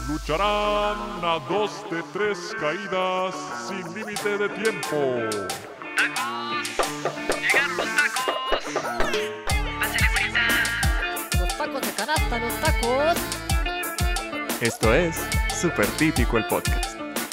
Lucharán a 2 de 3 caídas sin límite de tiempo. ¡Tacos! ¡Llegaron los tacos! ¡Pásale, prisa! Los tacos de canasta, los tacos. Esto es Súper Típico el Podcast.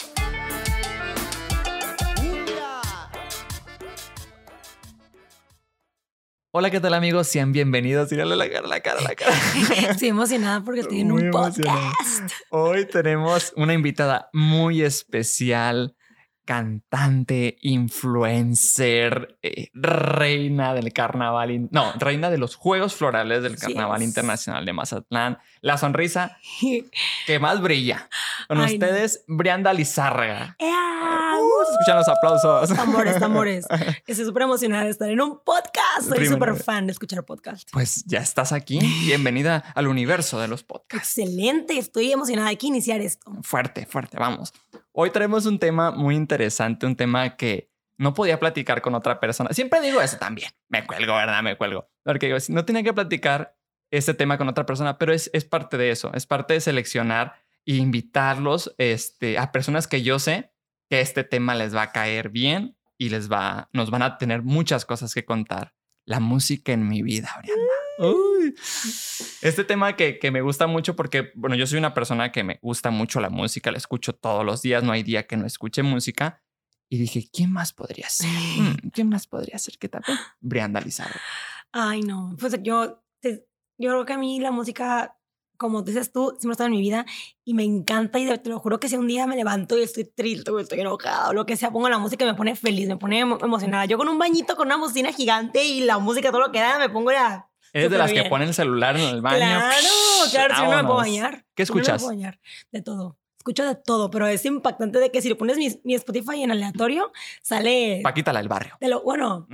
Hola, ¿qué tal, amigos? Sean bienvenidos. Mírale la cara. Estoy emocionada porque estoy en Muy un podcast. emocionado. Hoy tenemos una invitada muy especial, cantante, influencer, reina del carnaval, reina de los Juegos Florales del Carnaval Internacional de Mazatlán, la sonrisa que más brilla. Con Ay, ustedes, Brianda Lizárraga. Escuchan los aplausos. Tambores. Estoy súper emocionada de estar en un podcast. Soy súper fan de escuchar podcasts. Pues ya estás aquí. Bienvenida al universo de los podcasts. Excelente. Estoy emocionada. Hay que iniciar esto. Fuerte. Vamos. Hoy traemos un tema muy interesante, un tema que no podía platicar con otra persona. Siempre digo eso también. Me cuelgo, ¿verdad? Porque digo, no tenía que platicar este tema con otra persona, pero es parte de eso. Es parte de seleccionar e invitarlos a personas que yo sé que este tema les va a caer bien y nos van a tener muchas cosas que contar. La música en mi vida, Brianda. Uy. Este tema que me gusta mucho porque, bueno, yo soy una persona que me gusta mucho la música, la escucho todos los días, no hay día que no escuche música. Y dije, ¿quién más podría ser? ¿Quién más podría ser? ¿Qué tal? Brianda Lizárraga. Ay, no. Pues yo creo que a mí la música, como dices tú, siempre está en mi vida y me encanta y te lo juro que si un día me levanto y estoy triste o estoy enojada o lo que sea, pongo la música y me pone feliz, me pone emocionada. Yo con un bañito, con una bocina gigante y la música, todo lo que da, me pongo ya. ¿Eres de las que ponen el celular en el baño? Claro, si no me puedo bañar. ¿Qué escuchas? No me puedo bañar. De todo. Escucho de todo, pero es impactante de que si le pones mi Spotify en aleatorio, sale... Paquita la del barrio. Bueno,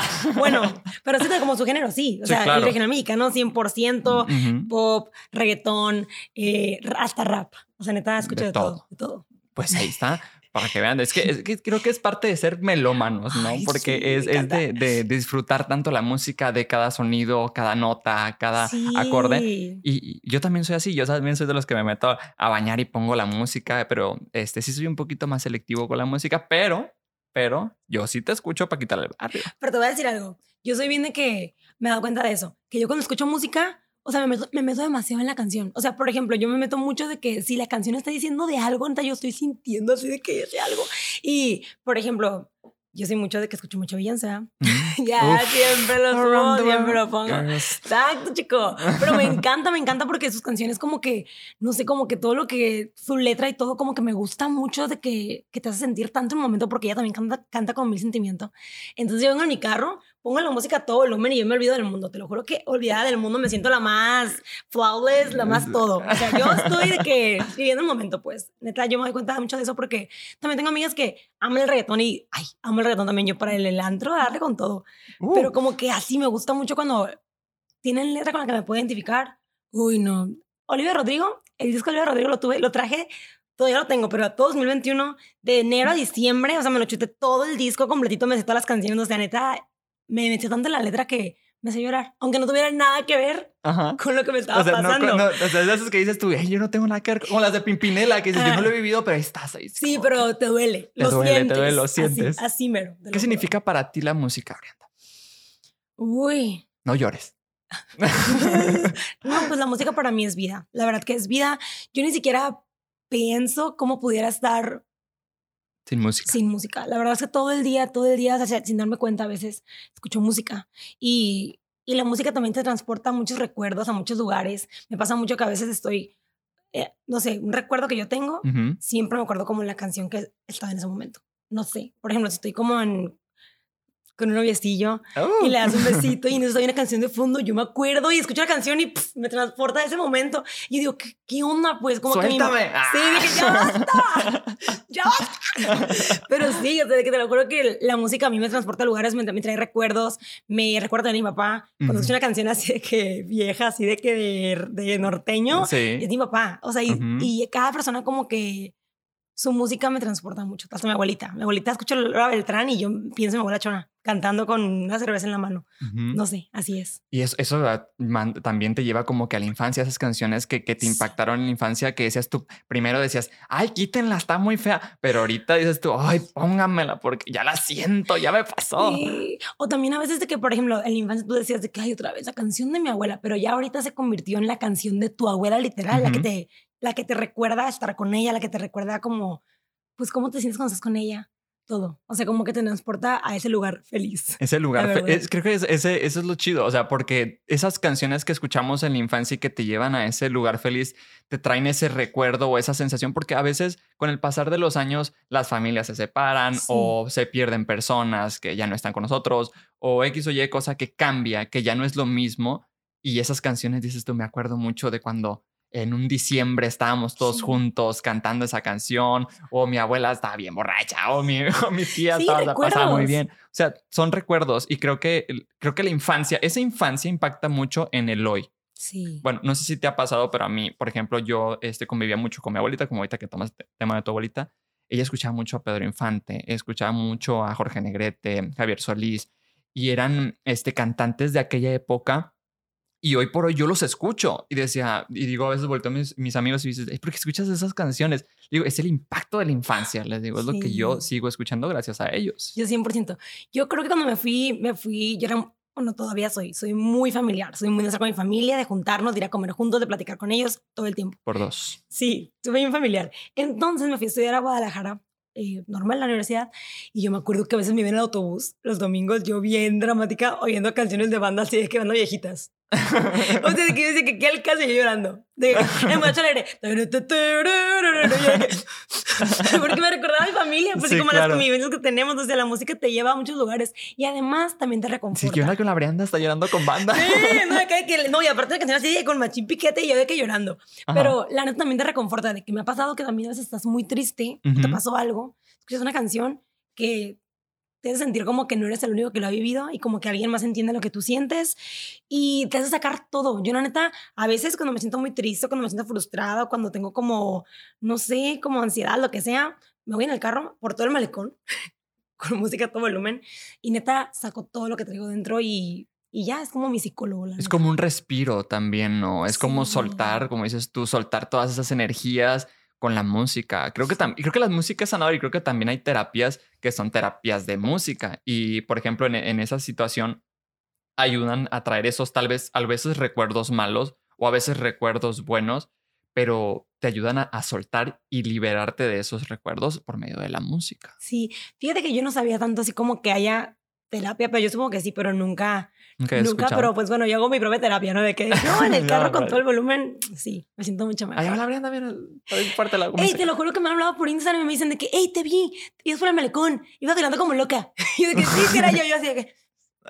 pero sí, como su género, sí. O sea, claro. El regional mexicano, 100%, pop, reggaetón, hasta rap. O sea, neta, escucho de todo. Pues ahí está, para que vean. Es que creo que es parte de ser melómanos, ¿no? Ay, porque sí, es de disfrutar tanto la música, de cada sonido, cada nota, cada acorde. Y yo también soy así. Yo también soy de los que me meto a bañar y pongo la música, pero sí soy un poquito más selectivo con la música, pero yo sí te escucho para quitarle el barrio. Pero te voy a decir algo. Yo soy bien de que me he dado cuenta de eso, que yo cuando escucho música, o sea, me meto demasiado en la canción. O sea, por ejemplo, yo me meto mucho de que si la canción está diciendo de algo, entonces yo estoy sintiendo así de que dice algo. Y, por ejemplo, yo soy mucho de que escucho mucho Beyoncé. Ya, siempre lo pongo. Exacto, chico. Pero me encanta porque sus canciones como que, no sé, como que todo lo que, su letra y todo como que me gusta mucho de que te hace sentir tanto en un momento porque ella también canta con mil sentimiento. Entonces yo vengo en mi carro, pongo la música a todo volumen y yo me olvido del mundo. Te lo juro que olvidada del mundo me siento la más flawless, la más todo. O sea, yo estoy de que viviendo el momento, pues. Neta, yo me doy cuenta mucho de eso porque también tengo amigas que aman el reggaetón y, amo el reggaetón también yo para el antro, darle con todo. Pero como que así me gusta mucho cuando tienen letra con la que me puedo identificar. Uy, no. Olivia Rodrigo, el disco de Olivia Rodrigo lo traje, todavía lo tengo, pero todo 2021, de enero a diciembre, o sea, me lo chuté todo el disco completito, me sé todas las canciones, o sea, neta, me metí tanto en la letra que me hace llorar, aunque no tuviera nada que ver con lo que me estaba pasando. O sea, esas que dices tú, yo no tengo nada que ver, como las de Pimpinela, que dices, yo no lo he vivido, pero ahí estás. Ahí, sí, pero te duele. Lo sientes. Así mero. ¿Qué significa para ti la música, Brianda? Uy. No llores. No, pues la música para mí es vida. La verdad que es vida. Yo ni siquiera pienso cómo pudiera estar sin música. La verdad es que todo el día, o sea, sin darme cuenta, a veces escucho música. Y la música también te transporta a muchos recuerdos, a muchos lugares. Me pasa mucho que a veces estoy, no sé, un recuerdo que yo tengo, siempre me acuerdo como la canción que estaba en ese momento. No sé, por ejemplo, si estoy como con un noviecillo y le das un besito y necesito una canción de fondo, yo me acuerdo y escucho la canción y me transporta a ese momento y yo digo, ¿qué onda? Pues como ¡suéltame! Que sí, dije, ¡ya basta! Pero sí, o sea, que te lo juro que la música a mí me transporta a lugares, me trae recuerdos, me recuerda a mi papá. Cuando escucho una canción así de que vieja, así de que de norteño, es mi papá. O sea, y cada persona como que su música me transporta mucho. Hasta mi abuelita. Mi abuelita escucha Laura Beltrán y yo pienso en mi abuela Chona. cantando con una cerveza en la mano. Ujú. No sé, así es. Y eso también te lleva como que a la infancia, esas canciones que te Sí. impactaron en la infancia, que decías tú, primero decías, ay, quítenla, está muy fea, pero ahorita dices tú, ay, póngamela porque ya la siento, ya me pasó. Sí. O también a veces de que, por ejemplo, en la infancia tú decías de que hay otra vez la canción de mi abuela, pero ya ahorita se convirtió en la canción de tu abuela literal, Ujú. la que te recuerda estar con ella, la que te recuerda como, pues cómo te sientes cuando estás con ella, todo. O sea, como que te transporta a ese lugar feliz. Ese lugar, La verdad. creo que eso es lo chido, o sea, porque esas canciones que escuchamos en la infancia y que te llevan a ese lugar feliz, te traen ese recuerdo o esa sensación, porque a veces con el pasar de los años las familias se separan Sí. o se pierden personas que ya no están con nosotros o X o Y cosa que cambia, que ya no es lo mismo y esas canciones, dices tú, me acuerdo mucho de cuando en un diciembre estábamos todos Sí. juntos cantando esa canción o mi abuela estaba bien borracha o mi tía Sí, estaba la pasaba muy recuerdos. bien. O sea, son recuerdos y creo que la infancia, esa infancia impacta mucho en el hoy. Sí. Bueno, no sé si te ha pasado, pero a mí, por ejemplo, yo convivía mucho con mi abuelita, como ahorita que tomas tema de tu abuelita. Ella escuchaba mucho a Pedro Infante, escuchaba mucho a Jorge Negrete, Javier Solís, y eran cantantes de aquella época. Y hoy por hoy yo los escucho y decía, y digo, a veces volteo a mis amigos y dices, ¿por qué escuchas esas canciones? Digo, es el impacto de la infancia, les digo, es lo que yo Sí. sigo escuchando gracias a ellos. Yo 100%. Yo creo que cuando me fui, yo era, bueno, todavía soy muy familiar, soy muy de estar con mi familia, de juntarnos, de ir a comer juntos, de platicar con ellos todo el tiempo. Por dos. Sí, soy bien familiar. Entonces me fui a estudiar a Guadalajara, normal, la universidad, y yo me acuerdo que a veces me iba en el autobús los domingos, yo bien dramática, oyendo canciones de banda así de que banda viejitas. O sea, de que yo decía que qué alcance yo llorando. De que, en Macho Alegre. Porque me recordaba a mi familia, pues Sí, como claro. las convivencias que tenemos, o sea, la música te lleva a muchos lugares y además también te reconforta. Sí, que una con la Brianda está llorando con banda. Sí, no, acá de que, no, y aparte de canción así de con machín piquete y yo de que llorando. Ajá. Pero la neta también te reconforta, de que me ha pasado que también a veces estás muy triste, o te Ujú. pasó algo, escuchas una canción que te hace sentir como que no eres el único que lo ha vivido y como que alguien más entiende lo que tú sientes y te hace sacar todo. Yo la neta, a veces cuando me siento muy triste, cuando me siento frustrada, cuando tengo como, no sé, como ansiedad, lo que sea, me voy en el carro por todo el malecón con música a todo volumen y neta saco todo lo que traigo dentro y ya es como mi psicólogo. La Es neta. como un respiro también, ¿no? Es como Sí. soltar, como dices tú, soltar todas esas energías con la música. Creo que la música es sanadora y creo que también hay terapias que son terapias de música. Y, por ejemplo, en esa situación ayudan a traer esos tal vez, a veces recuerdos malos o a veces recuerdos buenos, pero te ayudan a soltar y liberarte de esos recuerdos por medio de la música. Sí, fíjate que yo no sabía tanto así como que haya terapia, pero yo supongo que sí, pero nunca, Nunca he escuchado. pero pues bueno, yo hago mi propia terapia, ¿no? De que no, en el Ya, carro con vale. todo el volumen, sí, me siento mucho mejor. Ay, hola, Brianda, mira, está bien fuerte la Ey, música. te lo juro que me han hablado por Instagram y me dicen de que, ey, te vi, ibas por el malecón, ibas bailando como loca. Y yo de que sí, sí era yo así de que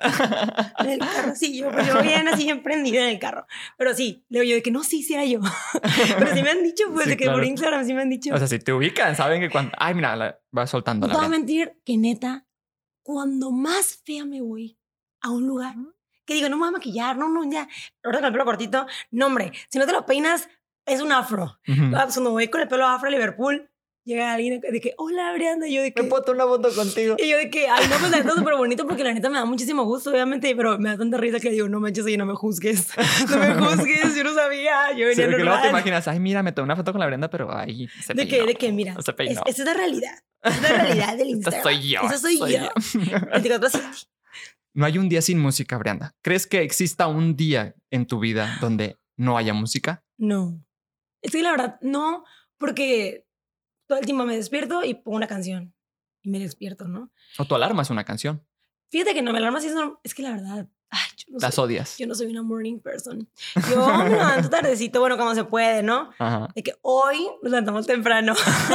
en el carro, sí, pues yo bien así emprendida en el carro. Pero sí, le digo yo de que no, sí, sí era yo. Pero sí me han dicho, pues, Sí, de que claro. por Instagram sí me han dicho. O sea, si te ubican, saben que cuando... Ay, mira, va soltando No la te voy a Brianda. mentir que neta, cuando más fea me voy a un lugar, que digo, no me voy a maquillar, no, ya, ahorita con el pelo cortito, no, hombre, si no te lo peinas, es un afro. Ujú. Cuando voy con el pelo afro a Liverpool, llega alguien de que, hola, Brianda, y yo de que... Me puedo tomar una foto contigo. Y yo de que, ay, no, pues la neta es súper bonito porque la neta me da muchísimo gusto, obviamente, pero me da tanta risa que digo, no manches, oye, no me juzgues. No me juzgues, yo no sabía, yo Sí, venía porque luego te normal. imaginas, ay, mira, me tomé una foto con la Brenda, pero ahí se De peinó. que, mira, Se peinó. esa es la realidad. Esa es la realidad del Esta Instagram. soy yo. Esa soy yo. 24/7. No hay un día sin música, Brianda. ¿Crees que exista un día en tu vida donde no haya música? No. Es que la verdad, no, porque todo el tiempo me despierto y pongo una canción. Y me despierto, ¿no? ¿O tu alarma es una canción? Fíjate que no me alarma así, es que la verdad, ay, Las odias. yo no soy una morning person. Yo me levanto tardecito, bueno, como se puede, ¿no? Ajá. De que hoy nos levantamos temprano.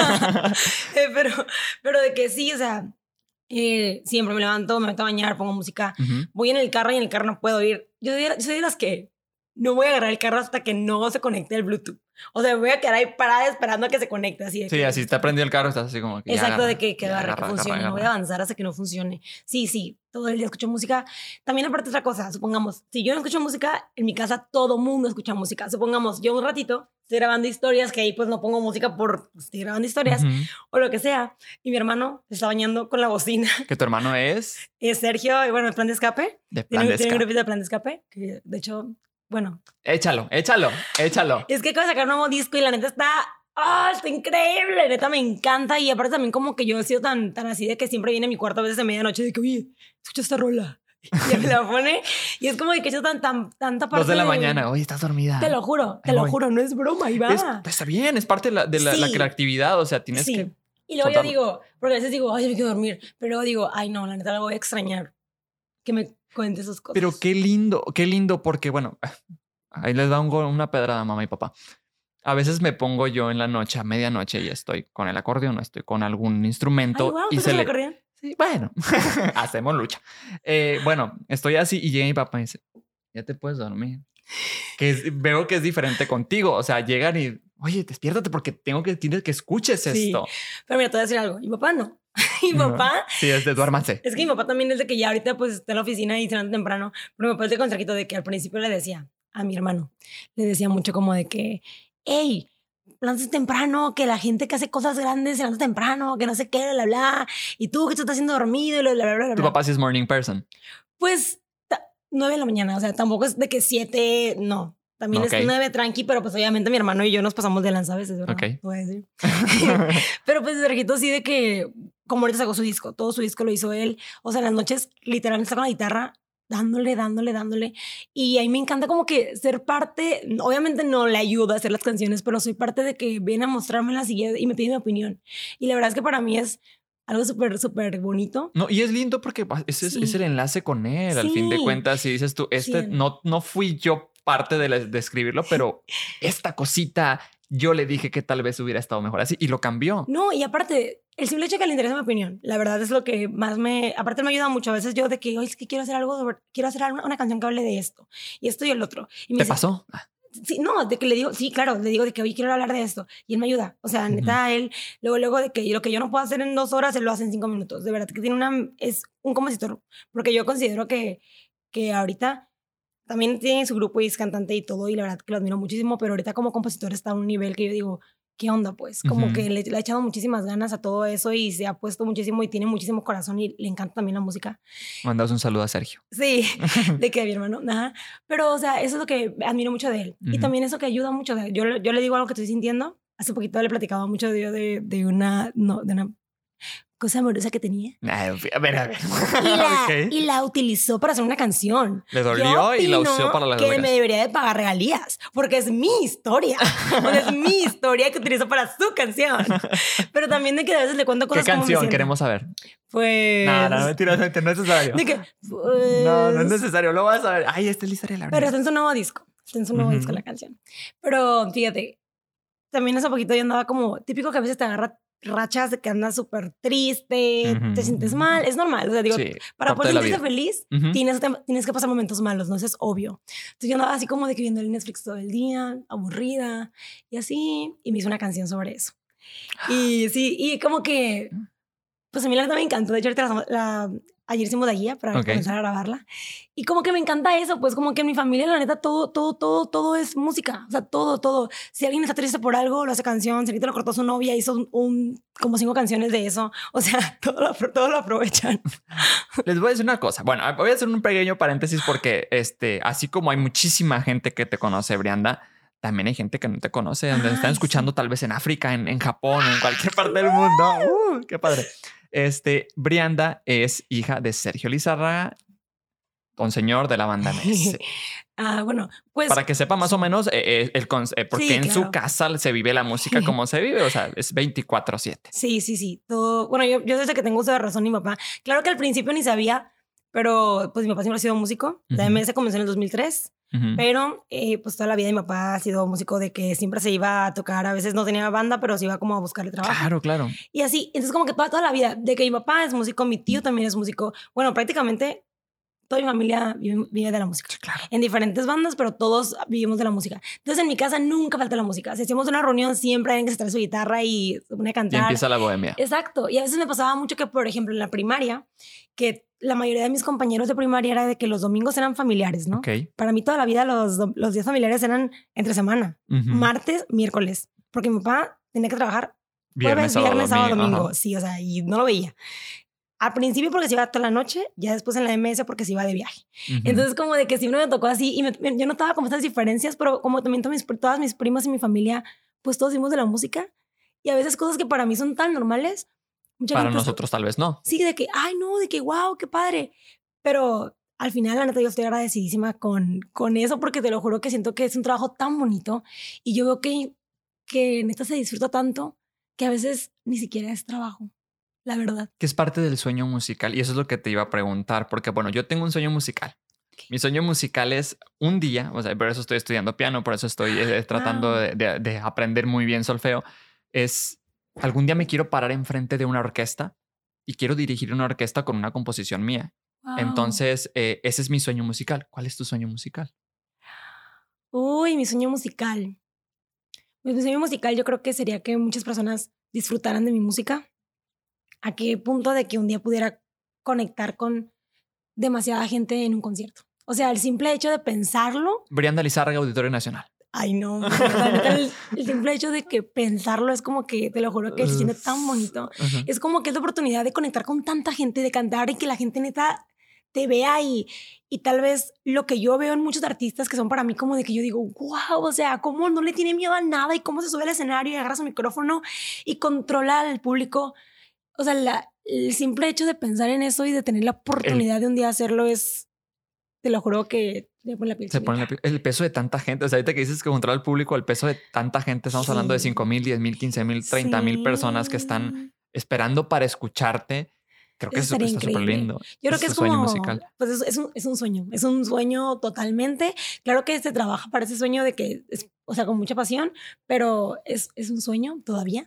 pero de que sí, o sea, siempre me levanto, me meto a bañar, pongo música. Ujú. Voy en el carro y en el carro no puedo ir. Yo soy de las que no voy a agarrar el carro hasta que no se conecte el Bluetooth. O sea, me voy a quedar ahí parada esperando a que se conecte así. Sí, así te prendió el carro, estás así como que ya Exacto, agarra, de que ya agarre, que funcione. No voy a avanzar hasta que no funcione. Sí, todo el día escucho música. También aparte otra cosa, supongamos, si yo no escucho música, en mi casa todo mundo escucha música. Supongamos, yo un ratito estoy grabando historias, que ahí pues no pongo música por estoy grabando historias o lo que sea. Y mi hermano se está bañando con la bocina. Que tu hermano es Es Sergio, y bueno, el Plan de Escape. de Plan de Tiene un Escape. grupito de Plan de Escape, que de hecho, bueno, Échalo. es que acaba de sacar un nuevo disco y la neta está increíble, neta me encanta. Y aparte también como que yo he sido tan así de que siempre viene a mi cuarto a veces de medianoche de que, oye, escucha esta rola. Y me la pone y es como de que yo tanta parte 2 de la mañana. Oye, estás dormida. Te lo juro, Ahí voy. no es broma, ahí va. Está bien, es parte de la Sí. creatividad. O sea, tienes Sí. que... Y luego yo soltarlo. digo, porque a veces digo, ay, yo me quiero dormir. Pero luego digo, ay, no, la neta la voy a extrañar. Que me cuente esas cosas. Pero qué lindo, porque bueno, ahí les da una pedrada a mamá y papá. A veces me pongo yo en la noche, a medianoche, y estoy con el acordeón, estoy con algún instrumento. Ay, wow, y ¿tú se tocas el le... acordeón? Sí, bueno, hacemos lucha. Bueno, estoy así y llega mi papá y dice, ya te puedes dormir. Veo que es diferente contigo. O sea, llegan y, oye, despiértate porque tienes que escuches Sí. esto. Pero mira, te voy a decir algo. Mi papá no. Mi No. papá... Sí, es de duérmanse. Es que mi papá también es de que ya ahorita pues está en la oficina y se levanta temprano. Pero mi papá es de consejito de que al principio le decía a mi hermano, le decía mucho como de que, hey, levántate temprano, que la gente que hace cosas grandes se levanta temprano, que no sé qué, bla, bla. Y tú que te estás haciendo dormido y bla, bla, bla, bla. Tu papá sí es morning person. Pues 9 de la mañana, o sea, tampoco es de que 7, no. También Ok. es 9 tranqui, pero pues obviamente mi hermano y yo nos pasamos de lanza a veces, ¿verdad? Ok. Voy a decir. Pero pues Sergito sí de que, como ahorita sacó su disco, todo su disco lo hizo él. O sea, en las noches literalmente está con la guitarra dándole. Y a mí me encanta como que ser parte, obviamente no le ayuda a hacer las canciones, pero soy parte de que viene a mostrármelas y me pide mi opinión. Y la verdad es que para mí es algo súper bonito. No, y es lindo porque ese Sí. es el enlace con él. Al fin de Sí. cuentas, si dices tú, Sí. no fui yo parte de escribirlo, pero esta cosita yo le dije que tal vez hubiera estado mejor así y lo cambió. No, y aparte, el simple hecho de que le interese mi opinión, la verdad es lo que más aparte me ayuda mucho. A veces yo de que, oye, es que quiero hacer una canción que hable de esto y esto y el otro. Y me ¿Te dice, pasó? sí, no, de que le digo, sí, claro, le digo de que hoy quiero hablar de esto y él me ayuda. O sea, neta, él, luego de que lo que yo no puedo hacer en 2 horas, él lo hace en 5 minutos. De verdad que es un compositor, porque yo considero que ahorita también tiene su grupo y es cantante y todo, y la verdad que lo admiro muchísimo, pero ahorita como compositor está a un nivel que yo digo, ¿qué onda pues? Como que le ha echado muchísimas ganas a todo eso y se ha puesto muchísimo y tiene muchísimo corazón y le encanta también la música. Mandas un saludo a Sergio. Sí, de que a mi hermano, ajá. Pero, o sea, eso es lo que admiro mucho de él. Y también eso que ayuda mucho. Yo le digo algo que estoy sintiendo. Hace poquito le platicaba mucho de una cosa amorosa que tenía. Ay, a ver. Y la utilizó para hacer una canción. Le dolió Yo y la opino usó para las que drogas. me debería de pagar regalías, porque es mi historia. O sea, es mi historia que utilizó para su canción. Pero también de que a veces le cuento ¿Qué cosas como me canción siento. queremos saber? Pues... No, mentira, no es necesario. De que, pues, No es necesario. Lo vas a ver. Ay, esta es la historia de la Pero verdad. está en su nuevo disco. Está en su nuevo disco la canción. Pero fíjate, también hace poquito yo andaba como típico que a veces te agarra rachas de que andas súper triste, te sientes mal. Es normal. O sea, digo, Sí, para parte de poder la sentirte vida. feliz, tienes que pasar momentos malos, ¿no? Eso es obvio. Entonces yo andaba así como de que viendo el Netflix todo el día, aburrida y así. Y me hice una canción sobre eso. Y sí, y como que, pues a mí la verdad me encantó. De hecho, ahorita ayer hicimos la guía para comenzar a grabarla. Y como que me encanta eso, pues como que en mi familia, la neta, todo es música. O sea, todo. Si alguien está triste por algo, lo hace canción. Si ahorita lo cortó su novia, hizo como 5 canciones de eso. O sea, todo lo aprovechan. Les voy a decir una cosa. Bueno, voy a hacer un pequeño paréntesis porque así como hay muchísima gente que te conoce, Brianda, también hay gente que no te conoce, donde están escuchando tal vez en África, en Japón, en cualquier parte del mundo. ¡Qué padre! Brianda es hija de Sergio Lizárraga, don señor de la banda MS. Bueno, pues... Para que sepa más o menos porque sí, en claro. su casa se vive la música como se vive. O sea, es 24/7. Sí. Todo, bueno, yo desde que tengo uso de razón, mi papá. Claro que al principio ni sabía, pero pues mi papá siempre ha sido músico. La MS comenzó en el 2003. Pero pues toda la vida mi papá ha sido músico de que siempre se iba a tocar, a veces no tenía banda, pero se iba como a buscarle trabajo. Claro. Y así, entonces como que toda la vida, de que mi papá es músico, mi tío también es músico, bueno, prácticamente toda mi familia vive de la música. Claro. En diferentes bandas, pero todos vivimos de la música. Entonces en mi casa nunca falta la música. Si hacemos una reunión, siempre hay alguien que se trae su guitarra y se pone a Y cantar. empieza la bohemia. Exacto. Y a veces me pasaba mucho que, por ejemplo, en la primaria, que la mayoría de mis compañeros de primaria era de que los domingos eran familiares, ¿no? Ok. Para mí toda la vida los días familiares eran entre semana. Ujú. Martes, miércoles. Porque mi papá tenía que trabajar Viernes, jueves, sábado, domingo. Ajá. Sí, o sea, y no lo veía. Al principio porque se iba toda la noche, ya después en la MS porque se iba de viaje. Ujú. Entonces como de que siempre me tocó así y yo notaba como estas diferencias, pero como también todas mis primas y mi familia, pues todos vimos de la música y a veces cosas que para mí son tan normales. Mucha Para gente nosotros tal vez no. sí, de que, ay no, de que wow, qué padre. Pero al final, la neta, yo estoy agradecidísima con eso porque te lo juro que siento que es un trabajo tan bonito y yo veo que neta se disfruta tanto que a veces ni siquiera es trabajo, la verdad. Que es parte del sueño musical. Y eso es lo que te iba a preguntar. Porque, bueno, yo tengo un sueño musical. Mi sueño musical es un día, o sea, por eso estoy estudiando piano, por eso estoy tratando Wow. de aprender muy bien solfeo. Es algún día me quiero parar enfrente de una orquesta y quiero dirigir una orquesta con una composición mía. Wow. Entonces, ese es mi sueño musical. ¿Cuál es tu sueño musical? Uy, mi sueño musical. Mi sueño musical yo creo que sería que muchas personas disfrutaran de mi música. ¿A qué punto de que un día pudiera conectar con demasiada gente en un concierto? O sea, el simple hecho de pensarlo. Brianda Lizárraga, Auditorio Nacional. Ay, no. La neta, el simple hecho de que pensarlo es como que, te lo juro, que se siente tan bonito. Ujú. Es como que es la oportunidad de conectar con tanta gente, de cantar y que la gente neta te vea y tal vez lo que yo veo en muchos artistas que son para mí como de que yo digo, wow, o sea, cómo no le tiene miedo a nada y cómo se sube al escenario y agarra su micrófono y controla al público. O sea, el simple hecho de pensar en eso y de tener la oportunidad de un día hacerlo es, te lo juro que me pone la piel Se chinita. pone el peso de tanta gente. O sea, ahorita que dices que controlar al público, el peso de tanta gente, estamos hablando de Sí. 5,000, 10,000, 15,000, 30,000 personas que están esperando para escucharte. Creo que Eso eso estaría está súper increíble. lindo. Yo creo que tu es sueño como, musical. pues es un sueño totalmente. Claro que se trabaja para ese sueño de que, o sea, con mucha pasión, pero es un sueño todavía.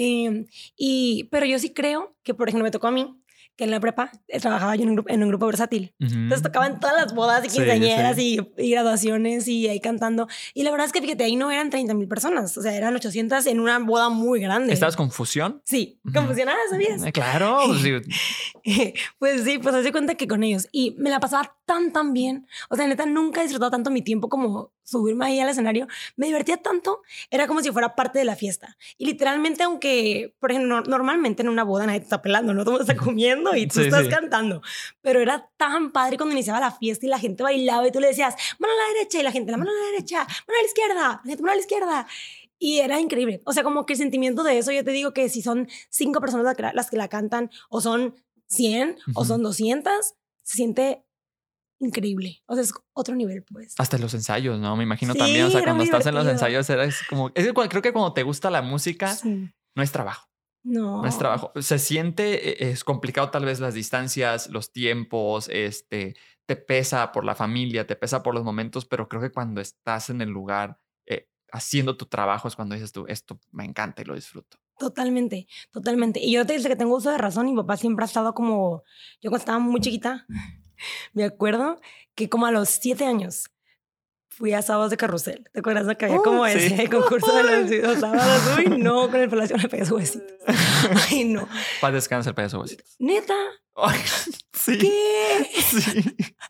Pero yo sí creo que, por ejemplo, me tocó a mí, que en la prepa trabajaba yo en un grupo versátil. Ujú. Entonces tocaban todas las bodas y Sí, quinceañeras sí. y graduaciones y ahí cantando. Y la verdad es que, fíjate, ahí no eran 30,000 personas, o sea, eran 800 en una boda muy grande. ¿Estabas con Fusión? Sí, Ujú. confusionada, ¿sabías? Claro. Pues, sí. Pues sí, pues hace cuenta que con ellos. Y me la pasaba tan bien. O sea, neta, nunca he disfrutado tanto mi tiempo como subirme ahí al escenario. Me divertía tanto. Era como si fuera parte de la fiesta. Y literalmente, aunque, por ejemplo, normalmente en una boda nadie te está pelando, ¿no? Todo el mundo está comiendo y tú Sí, estás sí. cantando. Pero era tan padre cuando iniciaba la fiesta y la gente bailaba y tú le decías, mano a la derecha, y la gente, la mano a la derecha, mano a la izquierda, la gente, mano a la izquierda. Y era increíble. O sea, como que el sentimiento de eso, yo te digo que si son 5 personas las que la cantan, o son 100, o Ujú. son 200, se siente increíble. O sea, es otro nivel, pues. Hasta los ensayos, ¿no? Me imagino Sí, también. O sea, era cuando muy estás en los divertido. ensayos, eres como. Creo que cuando te gusta la música, Sí. no es trabajo. No. No es trabajo. Se siente, es complicado tal vez las distancias, los tiempos, te pesa por la familia, te pesa por los momentos, pero creo que cuando estás en el lugar haciendo tu trabajo es cuando dices tú, esto me encanta y lo disfruto. Totalmente, totalmente. Y yo desde que tengo uso de razón, mi papá siempre ha estado como, yo cuando estaba muy chiquita, me acuerdo que como a los 7 años fui a sábados de carrusel. ¿Te acuerdas que había como sí. ese concurso de los sábados? Uy, no, con el palacio le pegué su huesito. Ay, no. Paz descansa el payaso Huesitos. ¿Neta? Ay, sí. ¿Qué? Sí.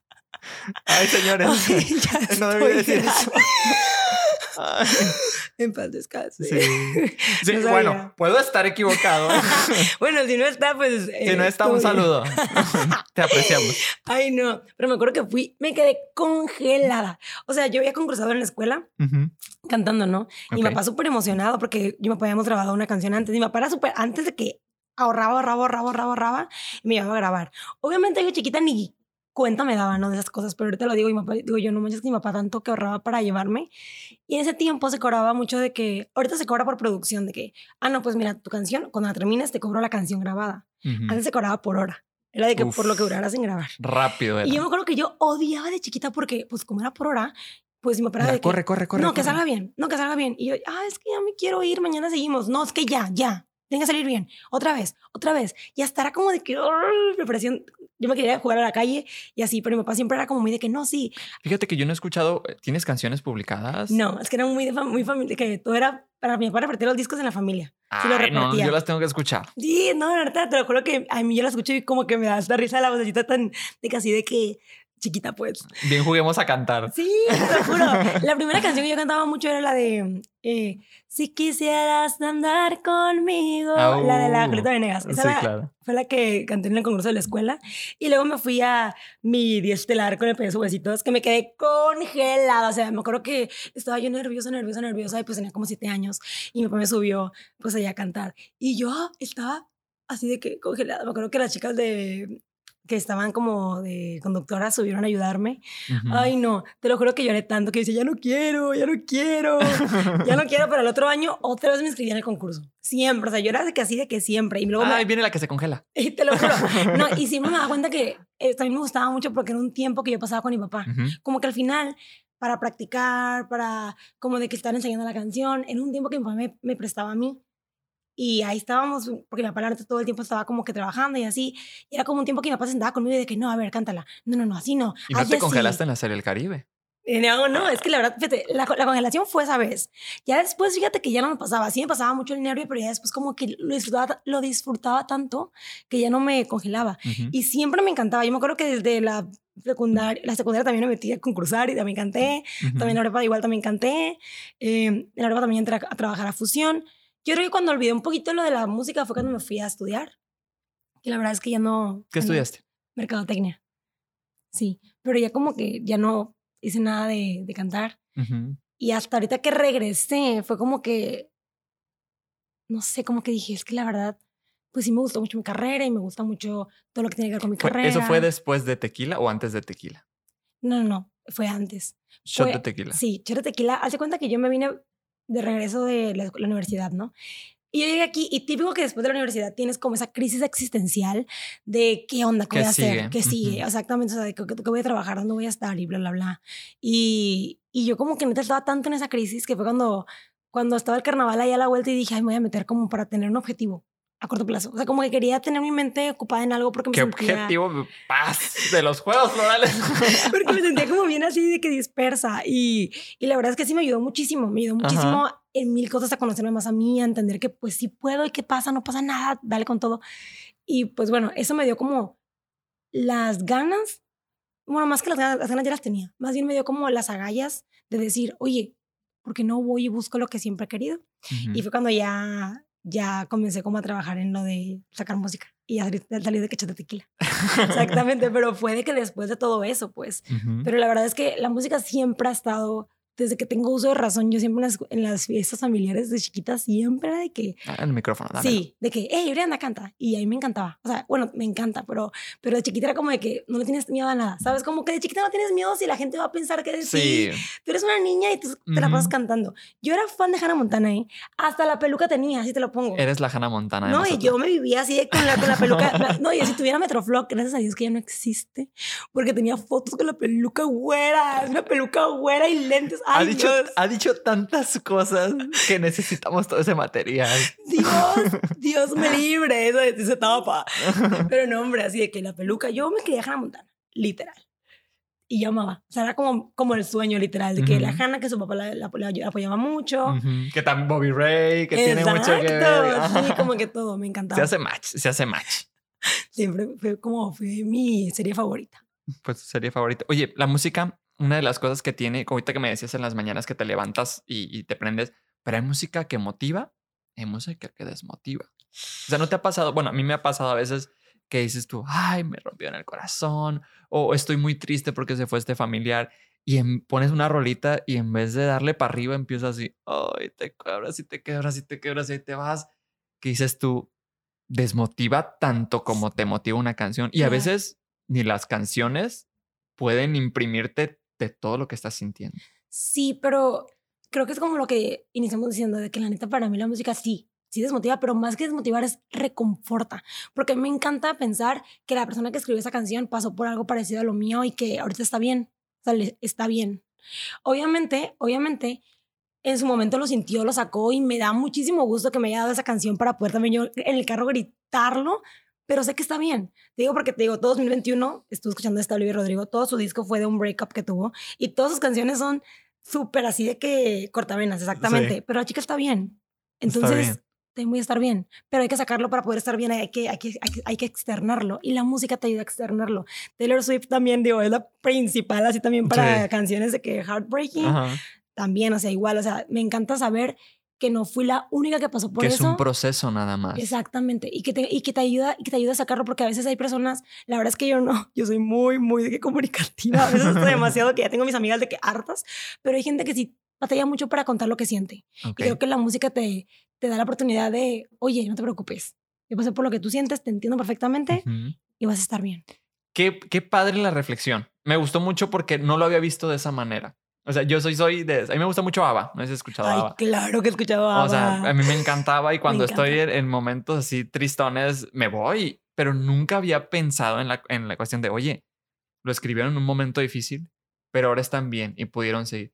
Ay, señores. Ay, ya No debí estoy decir grande. eso. Ay, En paz descanse. sí. Sí, No sabía. bueno, puedo estar equivocado. Bueno, si no está, pues... Si no está, un todo bien. saludo. Te apreciamos. Ay, no. Pero me acuerdo que me quedé congelada. O sea, yo había concursado en la escuela Ujú. cantando, ¿no? Y mi Ok. papá súper emocionado porque yo y mi papá habíamos grabado una canción antes. Y mi papá era súper... Antes de que ahorraba, y me llevaba a grabar. Obviamente yo chiquita ni cuenta me daba, ¿no? De esas cosas. Pero ahorita lo digo y mi papá, digo yo, no manches que mi papá tanto que ahorraba para llevarme. Y en ese tiempo se cobraba mucho de que... Ahorita se cobra por producción de que... Ah, no, pues mira, tu canción, cuando la terminas te cobro la canción grabada. Ujú. Antes se cobraba por hora. Era de que Uf. por lo que duraras en grabar. Rápido era. Y yo me acuerdo que yo odiaba de chiquita porque, pues, como era por hora, pues mi papá era Mira, de que... corre. No, que corre. salga bien. No, que salga bien. Y yo, es que ya me quiero ir, mañana seguimos. No, es que ya. Tiene que salir bien. Otra vez. Y hasta era como de que me parecía yo me quería jugar a la calle y así, pero mi papá siempre era como muy de que no, sí. Fíjate que yo no he escuchado, ¿tienes canciones publicadas? No, es que era muy familia, que todo era para mi papá repartir los discos en la familia. Sí, lo Ay, no, repartía. yo las tengo que escuchar. Sí, no, la verdad, te lo juro que a mí yo la escucho y como que me da esta risa la vocecita tan de casi de que chiquita, pues. Bien, juguemos a cantar. Sí, te lo juro. La primera canción que yo cantaba mucho era la de Si quisieras andar conmigo, la de la Julieta Venegas. Esa Sí, claro. fue la que canté en el concurso de la escuela. Y luego me fui a mi día estelar con el pedazo de huesitos, que me quedé congelada. O sea, me acuerdo que estaba yo nerviosa y pues tenía como 7 años. Y mi papá me subió pues allá a cantar. Y yo estaba así de que congelada. Me acuerdo que las chicas que estaban como de conductoras subieron a ayudarme. Ujú. Ay, no, te lo juro que lloré tanto que decía, ya no quiero, pero el otro año otra vez me inscribí en el concurso. Siempre, o sea, yo era de que así, de que siempre. Y luego Ay, viene la que se congela. y te lo juro. No, y siempre me daba cuenta que también me gustaba mucho porque era un tiempo que yo pasaba con mi papá. Ujú. Como que al final, para practicar, para como de que estar enseñando la canción, era un tiempo que mi papá me prestaba a mí. Y ahí estábamos, porque mi papá la neta todo el tiempo estaba como que trabajando y así. Y era como un tiempo que mi papá se sentaba conmigo y de que no, a ver, cántala. No, así no. Y no Ay, te así. congelaste en la serie El Caribe. No, es que la verdad, fíjate, la congelación fue esa vez. Ya después, fíjate que ya no me pasaba. Sí me pasaba mucho el nervio, pero ya después como que lo disfrutaba tanto que ya no me congelaba. Ujú. Y siempre me encantaba. Yo me acuerdo que desde la secundaria también me metí a concursar y también canté. Ujú. También en la prepa igual también canté. En la prepa también entré a trabajar a fusión. Yo creo que cuando olvidé un poquito lo de la música fue cuando me fui a estudiar. Y la verdad es que ya no... ¿Qué estudiaste? Mercadotecnia. Sí, pero ya como que ya no hice nada de cantar. Ujú. Y hasta ahorita que regresé fue como que... No sé, como que dije, es que la verdad, pues sí me gustó mucho mi carrera y me gusta mucho todo lo que tiene que ver con mi carrera. ¿Eso fue después de Tequila o antes de Tequila? No, fue antes. Shot Fue- de Tequila. Sí, Chero Tequila. Hace cuenta que yo me vine de regreso de la universidad, ¿no? Y yo llegué aquí y típico que después de la universidad tienes como esa crisis existencial de qué onda, qué ¿Qué voy a hacer, sigue? qué sigue, Ujú. exactamente, o sea, de qué voy a trabajar, dónde voy a estar y bla, bla, bla. Y yo como que neta estaba tanto en esa crisis que fue cuando estaba el carnaval ahí a la vuelta y dije, ay, me voy a meter como para tener un objetivo a corto plazo. O sea, como que quería tener mi mente ocupada en algo porque me ¿Qué sentía... objetivo? Paz de los Juegos Florales. Porque me sentía como bien así de que dispersa y la verdad es que sí me ayudó muchísimo en mil cosas a conocerme más a mí, a entender que pues sí puedo y qué pasa, no pasa nada, dale con todo. Y pues bueno, eso me dio como las ganas, bueno, más que las ganas ya las tenía, más bien me dio como las agallas de decir, oye, ¿por qué no voy y busco lo que siempre he querido? Ujú. Y fue cuando ya comencé como a trabajar en lo de sacar música y ya salí de Cachete Tequila. Exactamente, pero fue de que después de todo eso, pues. Ujú. Pero la verdad es que la música siempre ha estado, desde que tengo uso de razón, yo siempre en las fiestas familiares de chiquita siempre era de que, Ah, el micrófono, dámelo. sí, de que, hey, Brianda, canta. Y a mí me encantaba. O sea, bueno, me encanta, pero de chiquita era como de que no le tienes miedo a nada, ¿sabes? Como que de chiquita no tienes miedo si la gente va a pensar que eres Sí. tú eres una niña y tú te la pasas Ujú. cantando. Yo era fan de Hannah Montana, ¿eh? Hasta la peluca tenía, así te lo pongo. Eres la Hannah Montana de No, y nosotros. yo me vivía así con la peluca. No, y si tuviera Metroflog, gracias a Dios que ya no existe, porque tenía fotos con la peluca güera, una peluca güera y lentes. Ha Ay, dicho tantas cosas que necesitamos todo ese material. Dios me libre eso de esa etapa. Pero no, hombre, así de que la peluca, yo me quería Hannah Montana, literal. Y yo amaba. O sea, era como el sueño literal de que Ujú. la Hannah, que su papá la apoyaba mucho. Ujú. Que también Bobby Ray, que tiene mucho que ver. Exacto, sí, Ajá. como que todo, me encantaba. Se hace match. Siempre fue mi serie favorita. Pues tu serie favorita. Oye, la música, una de las cosas que tiene, como ahorita que me decías en las mañanas que te levantas y te prendes, pero hay música que motiva, hay música que desmotiva. O sea, ¿no te ha pasado? Bueno, a mí me ha pasado a veces que dices tú, ay, me rompió en el corazón, o estoy muy triste porque se fue este familiar, y pones una rolita y en vez de darle para arriba empiezas así, ay, te quebras y te quebras y te quebras y ahí te vas. Que dices tú, desmotiva tanto como te motiva una canción. Y a Claro. veces ni las canciones pueden imprimirte de todo lo que estás sintiendo. Sí, pero creo que es como lo que iniciamos diciendo, de que la neta para mí la música sí desmotiva, pero más que desmotivar es reconforta, porque me encanta pensar que la persona que escribió esa canción pasó por algo parecido a lo mío y que ahorita está bien, o sea, está bien. Obviamente, en su momento lo sintió, lo sacó y me da muchísimo gusto que me haya dado esa canción para poder también yo en el carro gritarlo, pero sé que está bien. Te digo porque te digo, todo 2021 estuve escuchando a esta Olivia Rodrigo, todo su disco fue de un breakup que tuvo y todas sus canciones son súper así de que cortavenas, exactamente. Sí. Pero la chica está bien. Está Entonces, bien. voy a estar bien. Pero hay que sacarlo para poder estar bien. Hay que externarlo. Y la música te ayuda a externarlo. Taylor Swift también, digo, es la principal, así también para Sí. canciones de que heartbreaking. Ajá. También, o sea, igual. O sea, me encanta saber que no fui la única que pasó por Que eso. es un proceso nada más. Exactamente. Y que te ayuda a sacarlo, porque a veces hay personas, la verdad es que yo no, yo soy muy, muy de que comunicativa. A veces estoy demasiado que ya tengo mis amigas de que hartas, pero hay gente que sí batalla mucho para contar lo que siente. Ok. Y creo que la música te da la oportunidad de, oye, no te preocupes. Yo pasé por lo que tú sientes, te entiendo perfectamente Ujú. y vas a estar bien. Qué padre la reflexión. Me gustó mucho porque no lo había visto de esa manera. O sea, yo soy de... A mí me gusta mucho ABBA. No sé si has escuchado Ay, ABBA. claro que he escuchado O sea, ABBA. a mí me encantaba y cuando Me estoy encanta. en momentos así tristones me voy. Pero nunca había pensado en la cuestión de, oye, lo escribieron en un momento difícil, pero ahora están bien y pudieron seguir.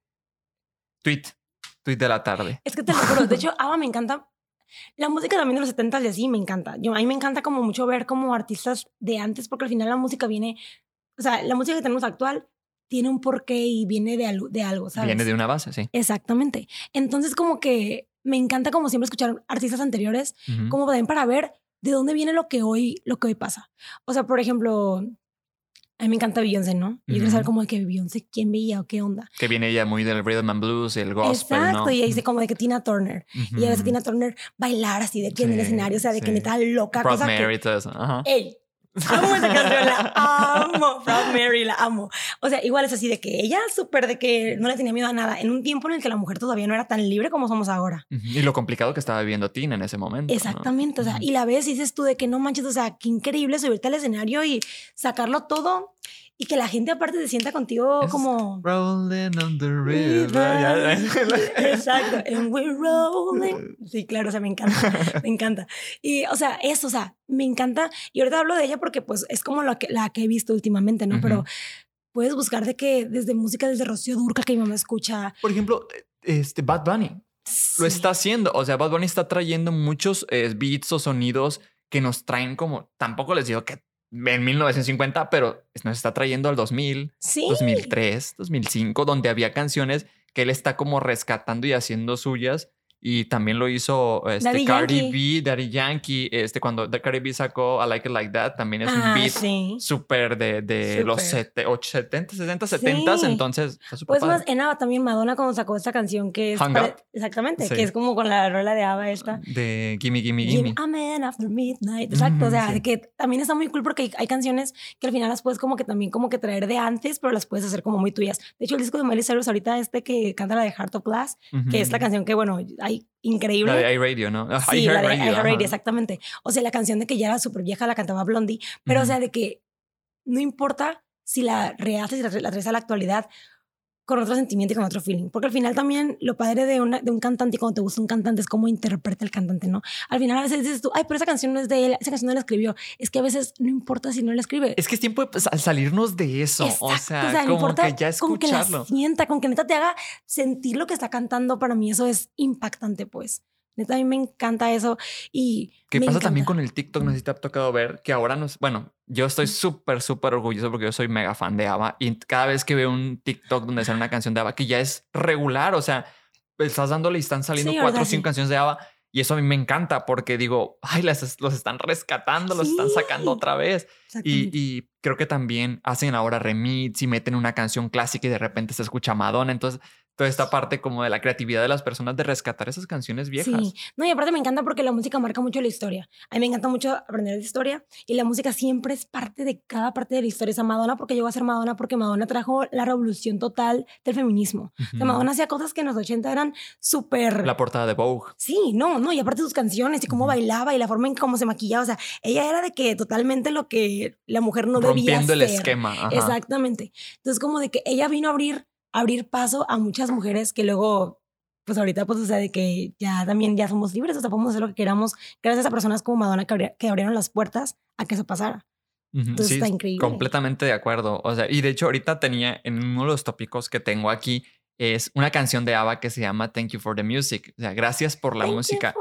Tweet de la tarde. Es que te lo juro. De hecho, ABBA me encanta. La música también de los 70s y así me encanta. A mí me encanta como mucho ver como artistas de antes, porque al final la música viene, o sea, la música que tenemos actual tiene un porqué y viene de algo, ¿sabes? Viene de una base, sí. Exactamente. Entonces como que me encanta como siempre escuchar artistas anteriores, Ujú. como también para ver de dónde viene lo que hoy pasa. O sea, por ejemplo, a mí me encanta Beyoncé, ¿no? Y yo quiero saber Ujú. como de que Beyoncé, ¿quién veía o qué onda? Que viene ella muy del rhythm and blues, el gospel, Exacto, ¿no? y ahí dice como de que Tina Turner. Ujú. Y a veces Tina Turner bailar así de que en el Sí, escenario, o sea, de que sí. neta loca, Proud cosa Mary y que... todo eso. Ajá. ¡Ey! Amo esa canción, la amo. Proud Mary, la amo. O sea, igual es así de que ella súper de que no le tenía miedo a nada en un tiempo en el que la mujer todavía no era tan libre como somos ahora. Ujú. Y lo complicado que estaba viviendo Tina en ese momento. ¿no? Exactamente, o sea, Ujú. y la ves y dices tú de que no manches, o sea, qué increíble subirte al escenario y sacarlo todo y que la gente aparte se sienta contigo Es como... Rolling on the river. Ya. Exacto, and we're rolling. Sí, claro, o sea, me encanta, me encanta. Y, o sea, eso, o sea, me encanta. Y ahorita hablo de ella porque, pues, es como la que he visto últimamente, ¿no? Ujú. Pero puedes buscar de que desde música, desde Rocío Dúrcal, que mi mamá escucha. Por ejemplo, Bad Bunny lo Sí. está haciendo. O sea, Bad Bunny está trayendo muchos beats o sonidos que nos traen como... Tampoco les digo que en 1950, pero nos está trayendo al 2000, Sí. 2003, 2005, donde había canciones que él está como rescatando y haciendo suyas. Y también lo hizo Daddy Cardi Yankee. B, Daddy Yankee. Cuando Cardi B sacó I Like It Like That, también es un beat Sí. súper de los Súper. 70, 60, 70. Sí. Entonces, está súper Pues padre. más en ABBA también Madonna cuando sacó esta canción que es... Hung Up. Exactamente, Sí. que es como con la rola de ABBA esta. De Gimme, Gimme, Gimme. Amen after midnight. Exacto, o sea, Sí. de que también está muy cool porque hay canciones que al final las puedes como que también como que traer de antes, pero las puedes hacer como muy tuyas. De hecho, el disco de Miley Cyrus ahorita que canta la de Heart of Glass, que es la canción que, bueno, hay increíble. La de iRadio, ¿no? Sí, la de iHeartRadio, iHeartRadio, ajá. exactamente. O sea, la canción de que ya era súper vieja la cantaba Blondie, pero o sea, de que no importa si la rehaces, si la traes a la actualidad con otro sentimiento y con otro feeling. Porque al final también lo padre de un cantante y cuando te gusta un cantante es cómo interpreta el cantante, ¿no? Al final a veces dices tú, ay, pero esa canción no es de él, esa canción no la escribió. Es que a veces no importa si no la escribe. Es que es tiempo de salirnos de eso. Exacto, o sea, no como importa que ya con que la escucharlo. sienta, con que neta te haga sentir lo que está cantando. Para mí eso es impactante, pues. Neta, a mí me encanta eso. Y ¿Qué me pasa encanta. también con el TikTok? No sé si te ha tocado ver que ahora bueno, yo estoy súper orgulloso porque yo soy mega fan de ABBA y cada vez que veo un TikTok donde sale una canción de ABBA que ya es regular, o sea, estás dándole y están saliendo Sí, 4 o ahora 5 sí. canciones de ABBA y eso a mí me encanta porque digo, ay, los están rescatando, los están Sí. sacando otra vez. Exactamente. Y creo que también hacen ahora remix y meten una canción clásica y de repente se escucha Madonna. Entonces, toda esta parte como de la creatividad de las personas de rescatar esas canciones viejas. Sí, no, y aparte me encanta porque la música marca mucho la historia. A mí me encanta mucho aprender de historia y la música siempre es parte de cada parte de la historia. Esa Madonna porque llegó a ser Madonna porque Madonna trajo la revolución total del feminismo. O sea, Ujú. Madonna hacía cosas que en los 80 eran súper... La portada de Vogue. Sí, no, y aparte sus canciones y cómo Ujú. bailaba y la forma en cómo se maquillaba, o sea, ella era de que totalmente lo que la mujer no debía Rompiendo el ser. esquema. Ajá. Exactamente. Entonces como de que ella vino a abrir paso a muchas mujeres que luego, pues ahorita pues o sea, de que ya también ya somos libres, o sea, podemos hacer lo que queramos gracias a personas como Madonna que abrieron las puertas a que eso pasara. Ujú, Entonces sí, está increíble. completamente de acuerdo. O sea, y de hecho ahorita tenía en uno de los tópicos que tengo aquí es una canción de ABBA que se llama Thank You for the Music. O sea, gracias por la Thank you música. for the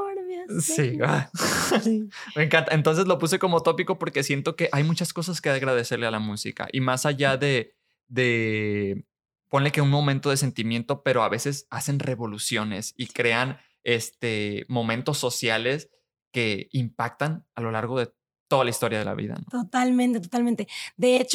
Sí. Sí. Me encanta. Entonces lo puse como tópico porque siento que hay muchas cosas que agradecerle a la música. Y más allá de ponle que un momento de sentimiento, pero a veces hacen revoluciones y crean momentos sociales que impactan a lo largo de toda la historia de la vida, ¿no? Totalmente, totalmente. De hecho,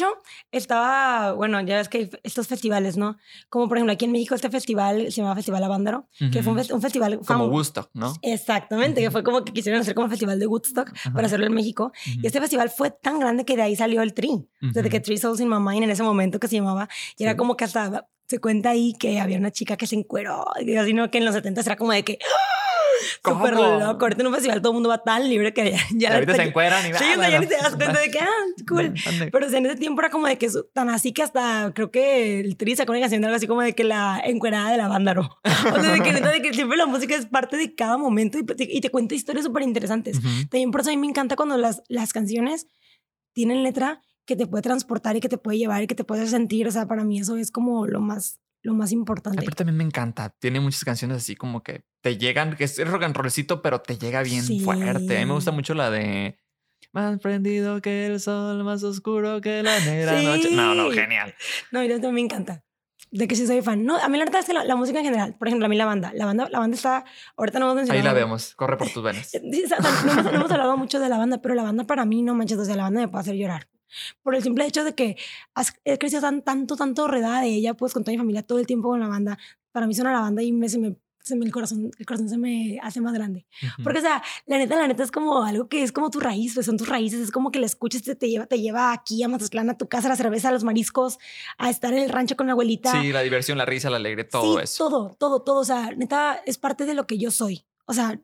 bueno, ya ves que hay estos festivales, ¿no? Como por ejemplo aquí en México este festival se llama Festival Avándaro, que fue un festival Como Woodstock, ¿no? Exactamente, que fue como que quisieron hacer como festival de Woodstock para hacerlo en México. Y este festival fue tan grande que de ahí salió el Tri. Desde que Three Souls in My Mind en ese momento que se llamaba. Y era como que hasta se cuenta ahí que había una chica que se encueró. Y así, ¿no? Que en los 70 era como de que... ¿Cómo? Súper loco. Ahorita en un festival todo el mundo va tan libre que ya ahorita se encueran y sí, o sea, ya ni te das cuenta de que, cool. Pero o sea, en ese tiempo era como de que tan así que hasta creo que el Tri sacó una canción de algo así como de que la encuerada de la Avándaro. O sea, de que siempre la música es parte de cada momento y te cuenta historias súper interesantes. También por eso a mí me encanta cuando las canciones tienen letra que te puede transportar y que te puede llevar y que te puede hacer sentir. O sea, para mí eso es como lo más importante. Pero también me encanta. Tiene muchas canciones así como que te llegan, que es rock and rollcito, pero te llega bien fuerte. A mí me gusta mucho la de más prendido que el sol, más oscuro que la negra noche. No, genial. No, yo también me encanta. De que sí soy fan. No, a mí la verdad es que la música en general, por ejemplo, a mí la banda está, ahorita no hemos mencionado. Ahí la vemos, corre por tus venas. Sí, o sea, no hemos hablado mucho de la banda, pero la banda para mí, no manches, o sea, la banda me puede hacer llorar. Por el simple hecho de que he crecido tanto rodeada de ella, pues con toda mi familia todo el tiempo con la banda. Para mí suena la banda y el corazón se me hace más grande. Porque, o sea, la neta es como algo que es como tu raíz, pues son tus raíces, es como que la escuchas, te lleva aquí a Mazatlán, a tu casa, a la cerveza, a los mariscos, a estar en el rancho con la abuelita. Sí, la diversión, la risa, la alegría, todo eso. Todo, o sea, neta es parte de lo que yo soy. O sea,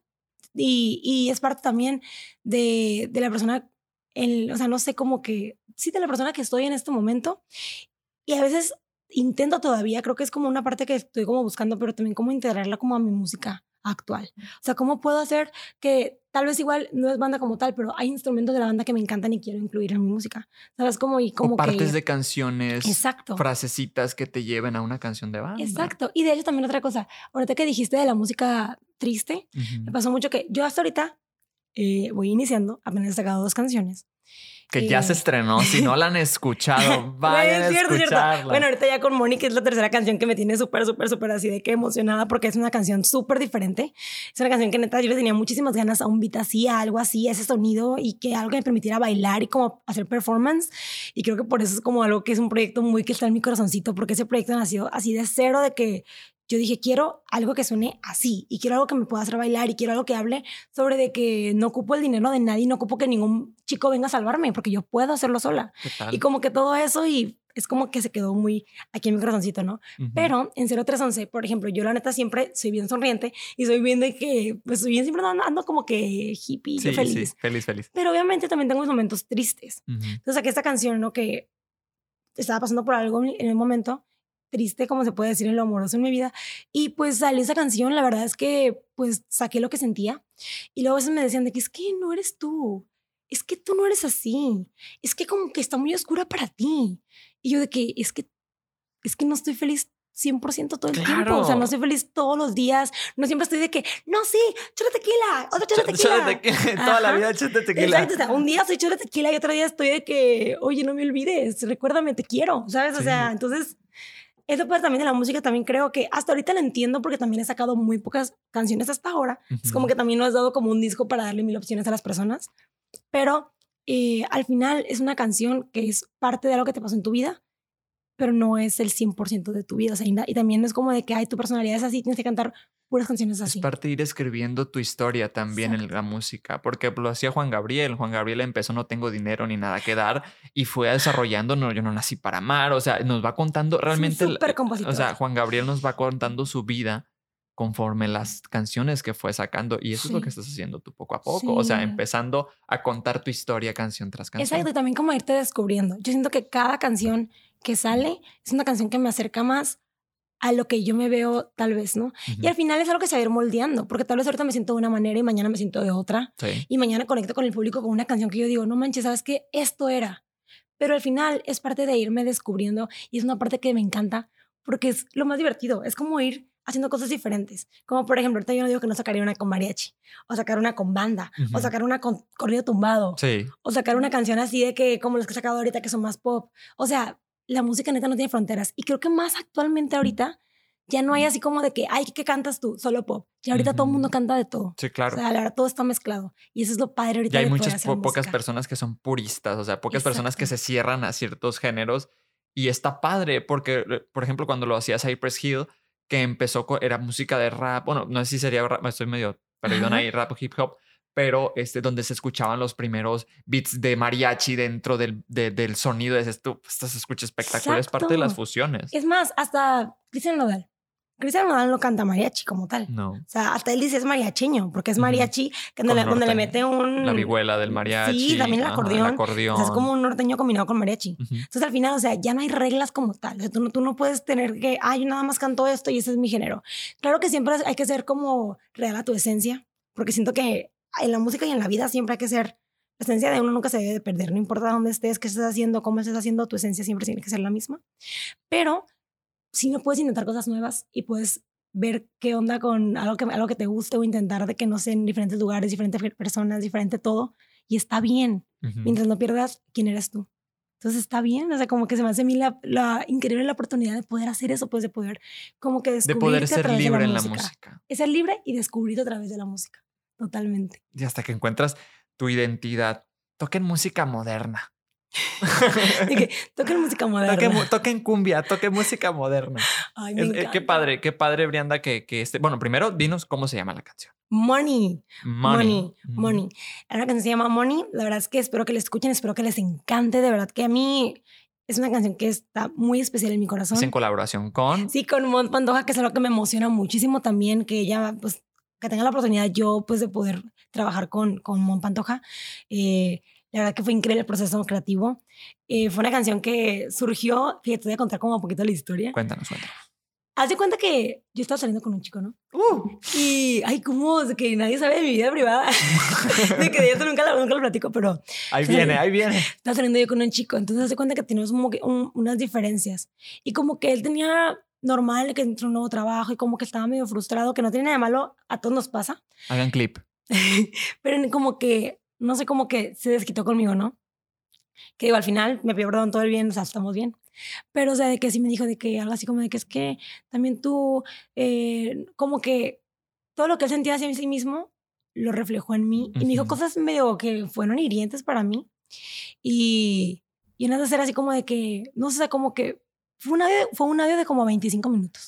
y es parte también de la persona, o sea, no sé, como que sí, de la persona que estoy en este momento. Y a veces intento todavía, creo que es como una parte que estoy como buscando, pero también como integrarla como a mi música actual. O sea, ¿cómo puedo hacer que tal vez igual no es banda como tal, pero hay instrumentos de la banda que me encantan y quiero incluir en mi música? ¿Sabes? Como o partes de canciones, exacto, frasecitas que te lleven a una canción de banda. Exacto. Y de hecho también otra cosa, ahorita que dijiste de la música triste, me pasó mucho que yo hasta ahorita voy iniciando, apenas he sacado 2 canciones. Que ya se estrenó. Si no la han escuchado, vayan a escucharla. Bueno, ahorita ya con Moni, que es la tercera canción que me tiene súper así de que emocionada porque es una canción súper diferente. Es una canción que neta yo le tenía muchísimas ganas a un beat así, a algo así, a ese sonido y que algo que me permitiera bailar y como hacer performance. Y creo que por eso es como algo que es un proyecto muy que está en mi corazoncito, porque ese proyecto nació así de cero, de que yo dije, quiero algo que suene así y quiero algo que me pueda hacer bailar y quiero algo que hable sobre de que no ocupo el dinero de nadie, no ocupo que ningún chico venga a salvarme porque yo puedo hacerlo sola. Y como que todo eso y es como que se quedó muy aquí en mi corazoncito, ¿no? Pero en 0311, por ejemplo, yo la neta siempre soy bien sonriente y soy bien de que, pues soy bien siempre ando como que hippie, sí, feliz. Sí, feliz. Pero obviamente también tengo mis momentos tristes. Entonces aquí esta canción, ¿no? Que estaba pasando por algo en el momento triste, como se puede decir, en lo amoroso en mi vida. Y pues salió esa canción, la verdad es que pues saqué lo que sentía. Y luego a veces me decían de que es que no eres tú, es que tú no eres así, es que como que está muy oscura para ti. Y yo de que es que no estoy feliz 100% todo el tiempo. O sea, no estoy feliz todos los días. No siempre estoy de que, no, sí, chole tequila, otro chole tequila. Toda la vida chole tequila. Exacto, o sea, un día soy chole tequila y otro día estoy de que, oye, no me olvides, recuérdame, te quiero, ¿sabes? O sea, entonces... Eso pues también de la música también creo que hasta ahorita lo entiendo porque también he sacado muy pocas canciones hasta ahora. Es como que también no has dado como un disco para darle 1000 opciones a las personas. Pero al final es una canción que es parte de algo que te pasó en tu vida, pero no es el 100% de tu vida. O sea, y también es como de que, ay, tu personalidad es así, tienes que cantar puras canciones así. Es parte de ir escribiendo tu historia también en la música, porque lo hacía Juan Gabriel. Juan Gabriel empezó no tengo dinero ni nada que dar y fue desarrollando yo no nací para amar. O sea, nos va contando realmente... Súper compositor. O sea, Juan Gabriel nos va contando su vida conforme las canciones que fue sacando y eso es lo que estás haciendo tú poco a poco. O sea, empezando a contar tu historia canción tras canción. Exacto, y también como irte descubriendo. Yo siento que cada canción que sale es una canción que me acerca más a lo que yo me veo tal vez, ¿no? Y al final es algo que se va a ir moldeando, porque tal vez ahorita me siento de una manera y mañana me siento de otra. Y mañana conecto con el público con una canción que yo digo, no manches, ¿sabes qué? Esto era. Pero al final es parte de irme descubriendo y es una parte que me encanta porque es lo más divertido. Es como ir haciendo cosas diferentes. Como por ejemplo, ahorita yo no digo que no sacaría una con mariachi, o sacar una con banda, o sacar una con corrido tumbado, Sí. o sacar una canción así de que, como los que he sacado ahorita que son más pop. O sea, la música neta no tiene fronteras. Y creo que más actualmente ahorita ya no hay así como de que, ay, ¿qué cantas tú? Solo pop. Y ahorita todo el mundo canta de todo. Sí, claro. O sea, la verdad, todo está mezclado. Y eso es lo padre ahorita Ya hay de poder muchas hacer pocas música. personas que son puristas, o sea, pocas personas que Exacto. se cierran a ciertos géneros y está padre porque, por ejemplo, cuando lo hacía Cypress Hill, que empezó, era música de rap, bueno, no sé si sería rap, estoy medio perdido en Ajá. ahí, rap o hip hop, pero donde se escuchaban los primeros beats de mariachi dentro del sonido, dices tú, esto se escucha espectacular, es parte de las Exacto. fusiones. Es más, hasta Cristian Nodal. Cristian Nodal no canta mariachi como tal. No, O sea, hasta él dice es mariacheño, porque es Ujú. mariachi que Con donde le norteño. mete un... la vihuela del mariachi. Sí, también el ajá, acordeón. el acordeón. O sea, es como un norteño combinado con mariachi. Ujú. Entonces, al final, o sea, ya no hay reglas como tal. O sea, tú no puedes tener que, yo nada más canto esto y ese es mi género. Claro que siempre hay que ser como real a tu esencia, porque siento que en la música y en la vida siempre hay que ser... La esencia de uno nunca se debe de perder. No importa dónde estés, qué estés haciendo, cómo estés haciendo, tu esencia siempre tiene que ser la misma. Pero sí no puedes intentar cosas nuevas y puedes ver qué onda con algo que te guste o intentar de que no sé, en diferentes lugares, diferentes personas, diferente todo. Y está bien, Ujú. mientras no pierdas quién eres tú. Entonces está bien, o sea, como que se me hace a mí la increíble la oportunidad de poder hacer eso, pues de poder como que De descubrirte poder a ser través de libre en la música. música. Es ser libre y descubrirte a través de la música. Totalmente. Y hasta que encuentras tu identidad. Toquen música moderna. De que toquen música moderna. Toquen cumbia, toquen música moderna. Ay, me encanta. Qué padre, Brianda, que Bueno, primero, dinos cómo se llama la canción. Money. Money. Money. Hay una canción que se llama Money. La verdad es que espero que la escuchen, espero que les encante. De verdad que a mí es una canción que está muy especial en mi corazón. Es en colaboración con... Sí, con Mont Pantoja, que es algo que me emociona muchísimo también, que ella, pues, que tenga la oportunidad yo, pues, de poder trabajar con Mont Pantoja. La verdad que fue increíble el proceso creativo. Fue una canción que surgió, fíjate, te voy a contar como un poquito la historia. Cuéntanos. Haz de cuenta que yo estaba saliendo con un chico, ¿no? Y, ¿cómo? De que nadie sabe de mi vida privada. De que de eso nunca lo platico, pero... Ahí viene. Estaba saliendo yo con un chico, entonces haz de cuenta que teníamos como que unas diferencias. Y como que él tenía normal que entró un nuevo trabajo y como que estaba medio frustrado, que no tiene nada de malo, a todos nos pasa. Hagan clip. Pero como que, no sé, como que se desquitó conmigo, ¿no? Que digo, al final me pidió perdón, todo el bien, o sea, estamos bien. Pero, o sea, de que sí me dijo de que algo así como de que es que también tú, como que todo lo que él sentía hacia sí mismo lo reflejó en mí. Y me dijo Ujú. cosas medio que fueron hirientes para mí. Y una de esas era así como de que, no sé, como que fue un audio de como 25 minutos.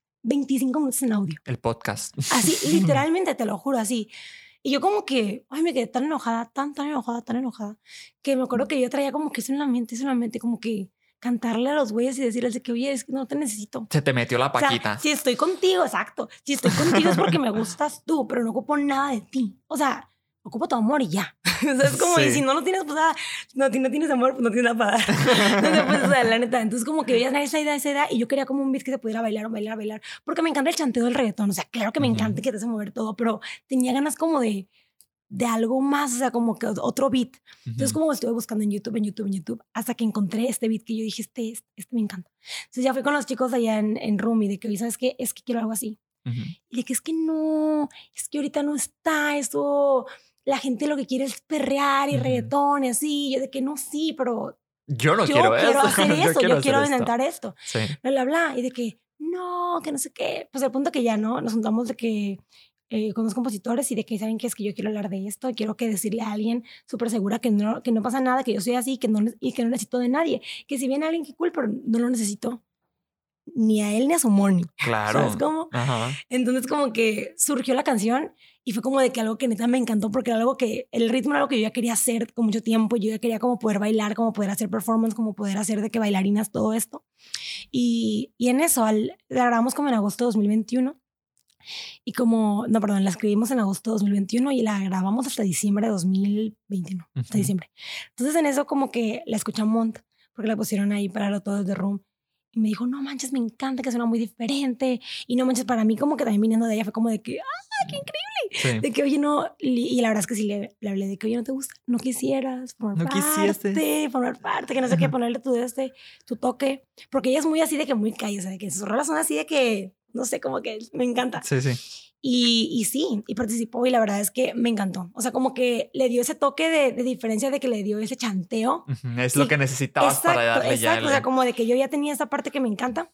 25 minutos en audio. El podcast. Así, literalmente, te lo juro, así. Y yo como que, ay, me quedé tan enojada, tan enojada, que me acuerdo que yo traía como que eso en la mente, como que cantarle a los güeyes y decirles de que, oye, es que no te necesito. Se te metió la O sea, paquita. si estoy contigo, exacto. Si estoy contigo es porque me gustas tú, pero no ocupo nada de ti. O sea, ocupo tu amor y ya. O sea, es como, Sí. y si no lo tienes, pues, no tienes amor, pues no tienes nada para dar. Entonces, pues, o sea, la neta. Entonces, como que veía esa idea, y yo quería como un beat que se pudiera bailar, porque me encanta el chanteo del reggaetón. O sea, claro que me Ujú. encanta que te hace mover todo, pero tenía ganas como de algo más, o sea, como que otro beat. Entonces, Ujú. como estuve buscando en YouTube, hasta que encontré este beat que yo dije, este me encanta. Entonces, ya fui con los chicos allá en Room y de que, oye, ¿sabes qué? Es que quiero algo así. Ujú. Y de que es que no, es que ahorita no está eso. La gente lo que quiere es perrear y Ujú. reggaetón y así. Yo de que no, sí, pero Yo no yo quiero quiero eso. hacer eso, yo quiero hacer esto. intentar esto. Sí. Bla. Y de que no sé qué. Pues al punto que ya, ¿no? Nos juntamos de que con los compositores y de que saben que es que yo quiero hablar de esto, quiero que decirle a alguien súper segura que no pasa nada, que yo soy así, que no necesito de nadie. Que si viene alguien, qué cool, pero no lo necesito. Ni a él ni a su money. Claro. ¿Sabes cómo? Ajá. Entonces como que surgió la canción y fue como de que algo que neta me encantó porque era algo que el ritmo era algo que yo ya quería hacer con mucho tiempo. Yo ya quería como poder bailar, como poder hacer performance, como poder hacer de que bailarinas, todo esto. Y en eso la grabamos como en agosto de 2021 y la escribimos en agosto de 2021 y la grabamos hasta diciembre de 2021, hasta Ujú. diciembre. Entonces en eso como que la escucha Mont porque la pusieron ahí para todos de Room. Y me dijo, no manches, me encanta, que suena muy diferente. Y no manches, para mí como que también viniendo de ella fue como de que, qué increíble. Sí. De que, oye, no. Y la verdad es que sí le hablé de que, oye, no te gusta, no quisieras formar parte, que no sé qué, ponerle tu toque. Porque ella es muy así de que muy calle, o sea, de que sus rolas son así de que no sé, como que me encanta. Sí, sí. Y sí, y participó y la verdad es que me encantó. O sea, como que le dio ese toque de diferencia de que le dio ese chanteo. Es Sí, lo que necesitabas para darle ya exacto. O sea, como de que yo ya tenía esa parte que me encanta.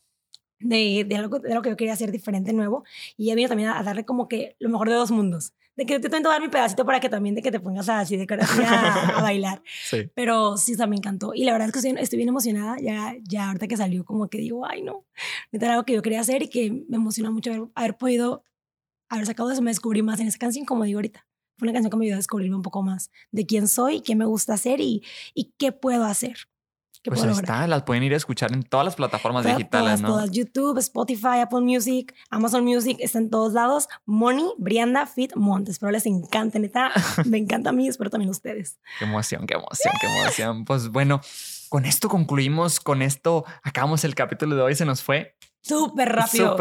De algo que yo quería hacer diferente, nuevo. Y ella vino también a darle como que lo mejor de dos mundos. De que te intento dar mi pedacito para que también de que te pongas así de cara a bailar. Sí. Pero sí, o sea, me encantó. Y la verdad es que estoy bien emocionada. Ya ahorita que salió, como que digo, ay, no. Era algo que yo quería hacer y que me emociona mucho haber podido haber sacado eso. Me descubrí más en esa canción, como digo ahorita. Fue una canción que me ayudó a descubrirme un poco más de quién soy, qué me gusta hacer y qué puedo hacer. Pues ahí está, las pueden ir a escuchar en todas las plataformas digitales, ¿no? Todas, YouTube, Spotify, Apple Music, Amazon Music, está en todos lados. Moni, Brianda, Fit, Montes. Espero les encante, neta. Me encanta a mí, espero también a ustedes. Qué emoción, qué emoción, qué emoción. Pues bueno, con esto concluimos, con esto acabamos el capítulo de hoy. Se nos fue súper rápido,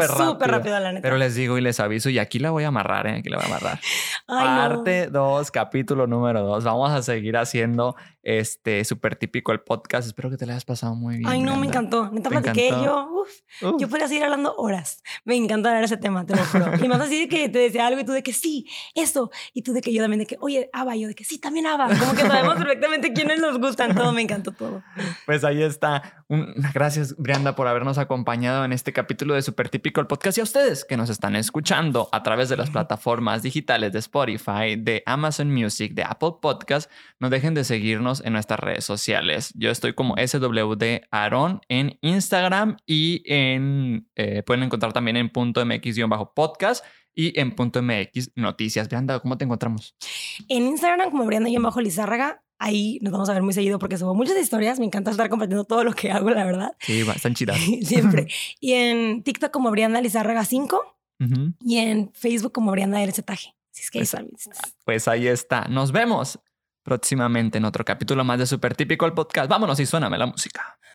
la neta. Pero les digo y les aviso, y aquí la voy a amarrar, aquí la voy a amarrar. Ay, Parte 2, capítulo número 2. Vamos a seguir haciendo súper típico el podcast. Espero que te la hayas pasado muy bien. Ay, no, Brenda. me encantó. Neta, platiqué yo. Yo podría seguir hablando horas. Me encanta hablar ese tema, te lo juro. Y más así de que te decía algo y tú de que sí, eso. Y tú de que yo también de que, oye, Ava, yo de que sí, también Ava. Como que sabemos perfectamente quiénes nos gustan. Todo, me encantó todo. Pues ahí está. Gracias, Brianda, por habernos acompañado en este capítulo de Súper Típico el podcast. Y a ustedes que nos están escuchando a través de las plataformas digitales de Spotify, de Amazon Music, de Apple Podcast, no dejen de seguirnos en nuestras redes sociales. Yo estoy como SWD Aaron en Instagram y pueden encontrar también en .mx-podcast y en .mx noticias. Brianda, ¿cómo te encontramos? En Instagram como Brianda-Lizárraga. Ahí nos vamos a ver muy seguido porque subo muchas historias. Me encanta estar compartiendo todo lo que hago, la verdad. Sí, están chidas. Siempre. Y en TikTok como Brianda Lizárraga 5 y en Facebook como Brianda LZG. Así es que pues ahí está. Nos vemos próximamente en otro capítulo más de Súper Típico el podcast. Vámonos y suéname la música.